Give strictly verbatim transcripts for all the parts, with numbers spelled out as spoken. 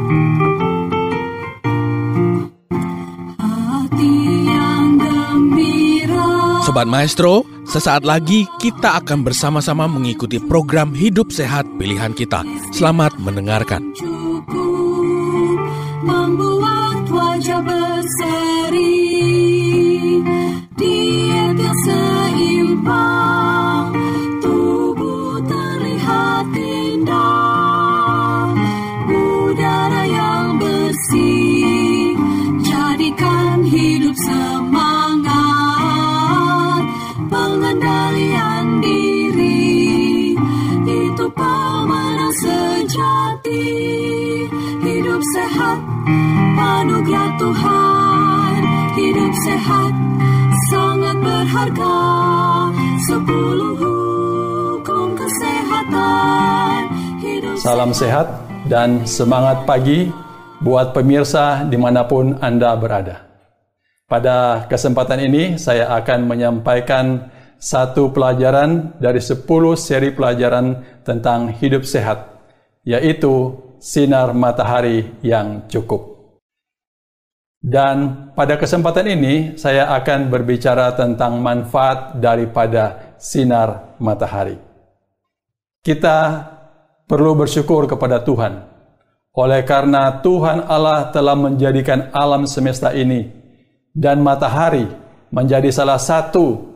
Sobat Maestro, sesaat lagi kita akan bersama-sama mengikuti program Hidup Sehat Pilihan Kita. Selamat mendengarkan. Cukup membuat wajah berseri, diet yang seimbang, tubuh terlihat indah, udara yang bersih, jadikan hidup semangat. Pengendalian diri itu pemenang sejati. Hidup sehat, anugerah Tuhan. Hidup sehat, sangat berharga. Sepuluh hukum kesehatan. Hidup Salam sehat dan semangat pagi buat pemirsa dimanapun Anda berada. Pada kesempatan ini, saya akan menyampaikan satu pelajaran dari sepuluh seri pelajaran tentang hidup sehat, yaitu sinar matahari yang cukup. Dan pada kesempatan ini, saya akan berbicara tentang manfaat daripada sinar matahari. Kita perlu bersyukur kepada Tuhan, oleh karena Tuhan Allah telah menjadikan alam semesta ini dan matahari menjadi salah satu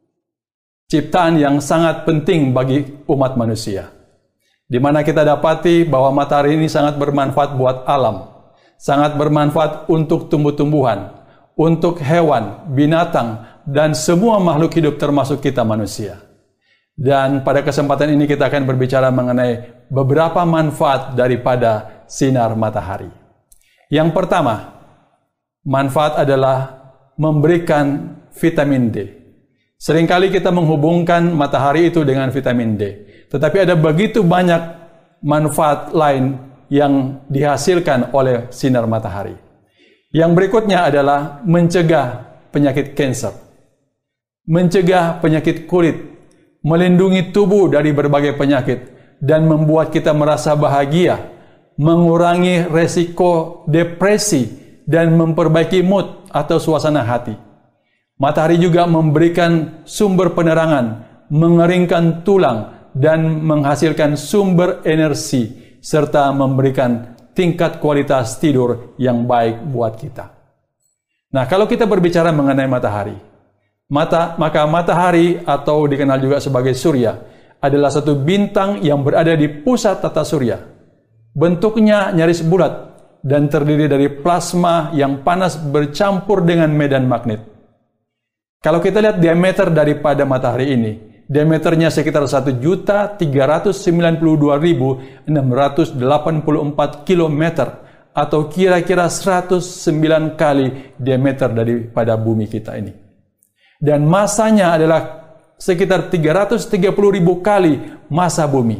ciptaan yang sangat penting bagi umat manusia. Di mana kita dapati bahwa matahari ini sangat bermanfaat buat alam, sangat bermanfaat untuk tumbuh-tumbuhan, untuk hewan, binatang, dan semua makhluk hidup termasuk kita manusia. Dan pada kesempatan ini kita akan berbicara mengenai beberapa manfaat daripada sinar matahari. Yang pertama, manfaat adalah memberikan vitamin D. Seringkali kita menghubungkan matahari itu dengan vitamin D. Tetapi ada begitu banyak manfaat lain yang dihasilkan oleh sinar matahari. Yang berikutnya adalah mencegah penyakit kanker, mencegah penyakit kulit, melindungi tubuh dari berbagai penyakit, dan membuat kita merasa bahagia, mengurangi resiko depresi, dan memperbaiki mood atau suasana hati. Matahari juga memberikan sumber penerangan, mengeringkan tulang, dan menghasilkan sumber energi, serta memberikan tingkat kualitas tidur yang baik buat kita. Nah, kalau kita berbicara mengenai matahari, mata, maka matahari atau dikenal juga sebagai surya adalah satu bintang yang berada di pusat tata surya. Bentuknya nyaris bulat dan terdiri dari plasma yang panas bercampur dengan medan magnet. Kalau kita lihat diameter daripada matahari ini, diameternya sekitar satu juta tiga ratus sembilan puluh dua ribu enam ratus delapan puluh empat kilometer atau kira-kira seratus sembilan kali diameter daripada bumi kita ini. Dan masanya adalah sekitar tiga ratus tiga puluh ribu kali massa bumi.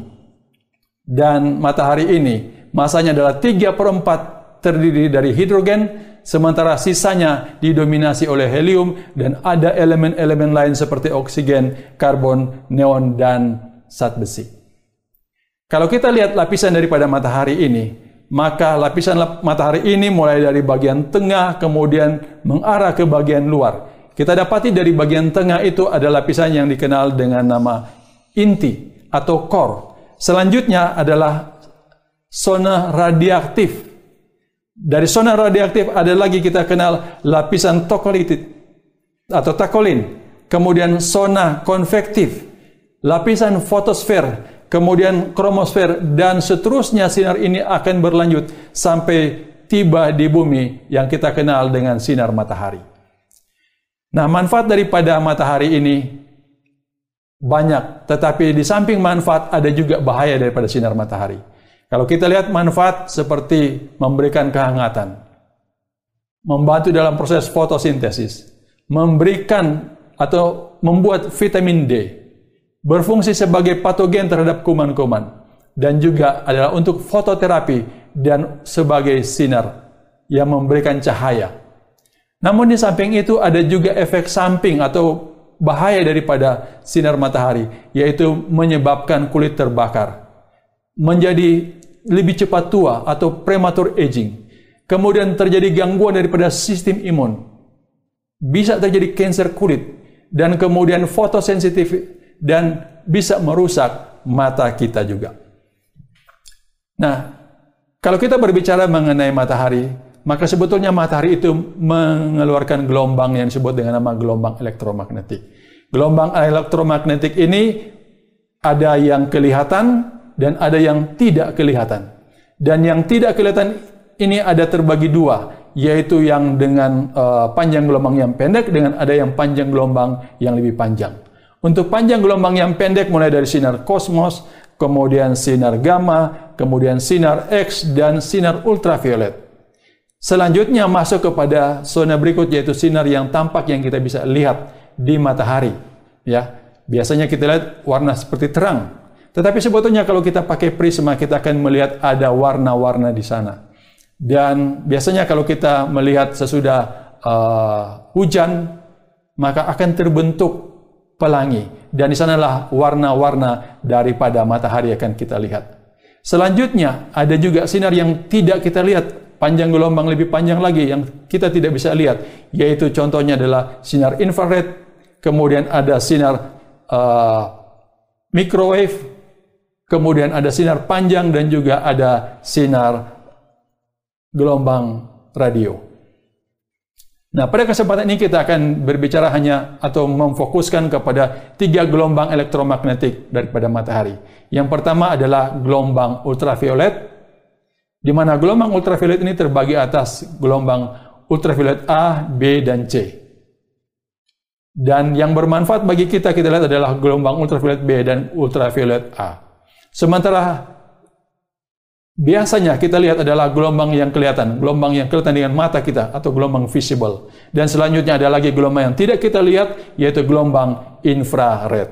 Dan matahari ini masanya adalah tiga per empat terdiri dari hidrogen, sementara sisanya didominasi oleh helium dan ada elemen-elemen lain seperti oksigen, karbon, neon, dan zat besi. Kalau kita lihat lapisan daripada matahari ini, maka lapisan matahari ini mulai dari bagian tengah kemudian mengarah ke bagian luar. Kita dapati dari bagian tengah itu ada lapisan yang dikenal dengan nama inti atau core. Selanjutnya adalah zona radioaktif. Dari zona radioaktif ada lagi kita kenal lapisan tokolitit atau takolin. Kemudian zona konvektif, lapisan fotosfer, kemudian kromosfer, dan seterusnya. Sinar ini akan berlanjut sampai tiba di bumi yang kita kenal dengan sinar matahari. Nah, manfaat daripada matahari ini banyak, tetapi di samping manfaat ada juga bahaya daripada sinar matahari. Kalau kita lihat manfaat seperti memberikan kehangatan, membantu dalam proses fotosintesis, memberikan atau membuat vitamin D, berfungsi sebagai patogen terhadap kuman-kuman, dan juga adalah untuk fototerapi dan sebagai sinar yang memberikan cahaya. Namun di samping itu ada juga efek samping atau bahaya daripada sinar matahari, yaitu menyebabkan kulit terbakar, menjadi lebih cepat tua atau premature aging. Kemudian terjadi gangguan daripada sistem imun. Bisa terjadi kanker kulit. Dan kemudian fotosensitif dan bisa merusak mata kita juga. Nah, kalau kita berbicara mengenai matahari, maka sebetulnya matahari itu mengeluarkan gelombang yang disebut dengan nama gelombang elektromagnetik. Gelombang elektromagnetik ini ada yang kelihatan dan ada yang tidak kelihatan. Dan yang tidak kelihatan ini ada terbagi dua, yaitu yang dengan uh, panjang gelombang yang pendek dengan ada yang panjang gelombang yang lebih panjang. Untuk panjang gelombang yang pendek mulai dari sinar kosmos, kemudian sinar gamma, kemudian sinar X, dan sinar ultraviolet. Selanjutnya masuk kepada zona berikut, yaitu sinar yang tampak yang kita bisa lihat di matahari. Ya, biasanya kita lihat warna seperti terang. Tetapi sebetulnya kalau kita pakai prisma, kita akan melihat ada warna-warna di sana. Dan biasanya kalau kita melihat sesudah uh, hujan, maka akan terbentuk pelangi. Dan di sanalah warna-warna daripada matahari akan kita lihat. Selanjutnya, ada juga sinar yang tidak kita lihat, panjang gelombang lebih panjang lagi yang kita tidak bisa lihat, yaitu contohnya adalah sinar infrared, kemudian ada sinar uh, microwave, kemudian ada sinar panjang, dan juga ada sinar gelombang radio. Nah, pada kesempatan ini kita akan berbicara hanya atau memfokuskan kepada tiga gelombang elektromagnetik daripada matahari. Yang pertama adalah gelombang ultraviolet, di mana gelombang ultraviolet ini terbagi atas gelombang ultraviolet A, B, dan C. Dan yang bermanfaat bagi kita, kita lihat adalah gelombang ultraviolet B dan ultraviolet A. Sementara biasanya kita lihat adalah gelombang yang kelihatan, gelombang yang kelihatan dengan mata kita atau gelombang visible. Dan selanjutnya ada lagi gelombang yang tidak kita lihat, yaitu gelombang infrared.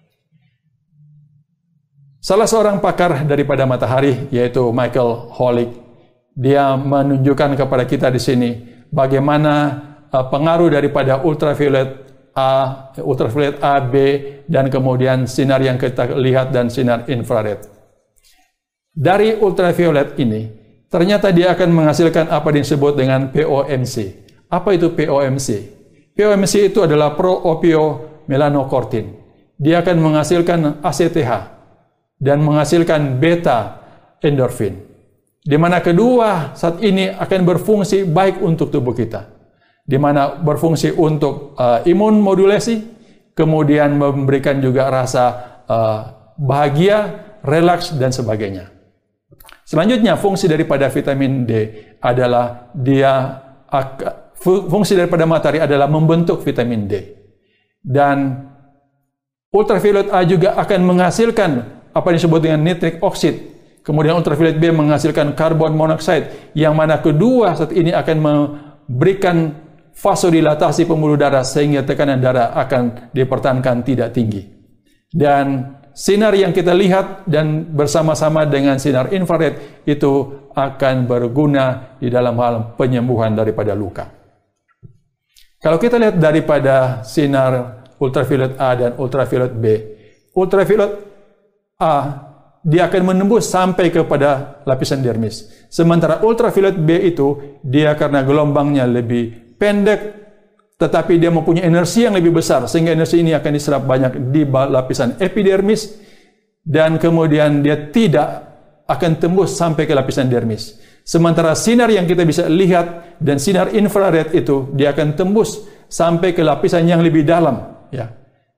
Salah seorang pakar daripada matahari, yaitu Michael Holick, dia menunjukkan kepada kita di sini bagaimana uh, pengaruh daripada ultraviolet A, ultraviolet A, B, dan kemudian sinar yang kita lihat dan sinar infrared. Dari ultraviolet ini, ternyata dia akan menghasilkan apa yang disebut dengan P O M C. Apa itu P O M C? P O M C itu adalah pro-opiomelanocortin. Dia akan menghasilkan A C T H dan menghasilkan beta endorfin. Di mana kedua saat ini akan berfungsi baik untuk tubuh kita. Di mana berfungsi untuk uh, imun modulasi, kemudian memberikan juga rasa uh, bahagia, relaks, dan sebagainya. Selanjutnya, fungsi daripada vitamin D adalah dia fungsi daripada matahari adalah membentuk vitamin D. Dan ultraviolet A juga akan menghasilkan apa yang disebut dengan nitric oxide. Kemudian ultraviolet B menghasilkan karbon monoksida, yang mana kedua saat ini akan memberikan vasodilatasi pembuluh darah sehingga tekanan darah akan dipertahankan tidak tinggi. Dan sinar yang kita lihat dan bersama-sama dengan sinar infrared itu akan berguna di dalam hal penyembuhan daripada luka. Kalau kita lihat daripada sinar ultraviolet A dan ultraviolet B, ultraviolet A dia akan menembus sampai kepada lapisan dermis. Sementara ultraviolet B itu dia karena gelombangnya lebih pendek, tetapi dia mempunyai energi yang lebih besar, sehingga energi ini akan diserap banyak di lapisan epidermis, dan kemudian dia tidak akan tembus sampai ke lapisan dermis. Sementara sinar yang kita bisa lihat dan sinar infrared itu, dia akan tembus sampai ke lapisan yang lebih dalam. Ya.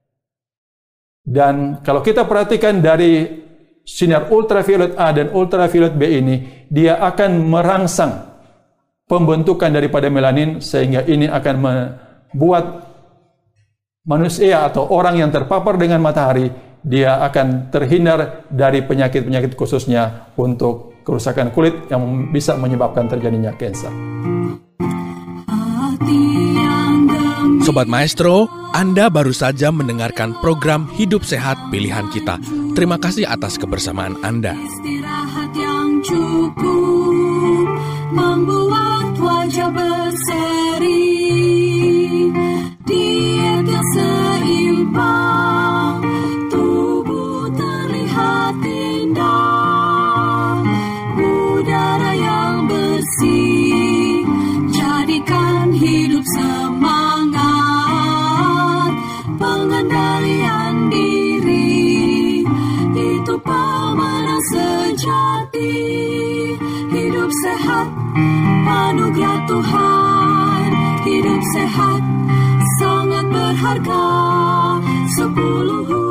Dan kalau kita perhatikan dari sinar ultraviolet A dan ultraviolet B ini, dia akan merangsang pembentukan daripada melanin, sehingga ini akan membuat manusia atau orang yang terpapar dengan matahari, dia akan terhindar dari penyakit-penyakit khususnya untuk kerusakan kulit yang bisa menyebabkan terjadinya kanker. Sobat Maestro, Anda baru saja mendengarkan program Hidup Sehat Pilihan Kita. Terima kasih atas kebersamaan Anda. Istirahat yang cukup membuat wajah berseri, diet yang seimbang, tubuh terlihat indah, hati. Hidup sehat, anugerah Tuhan. Hidup sehat, sangat berharga. Sepuluh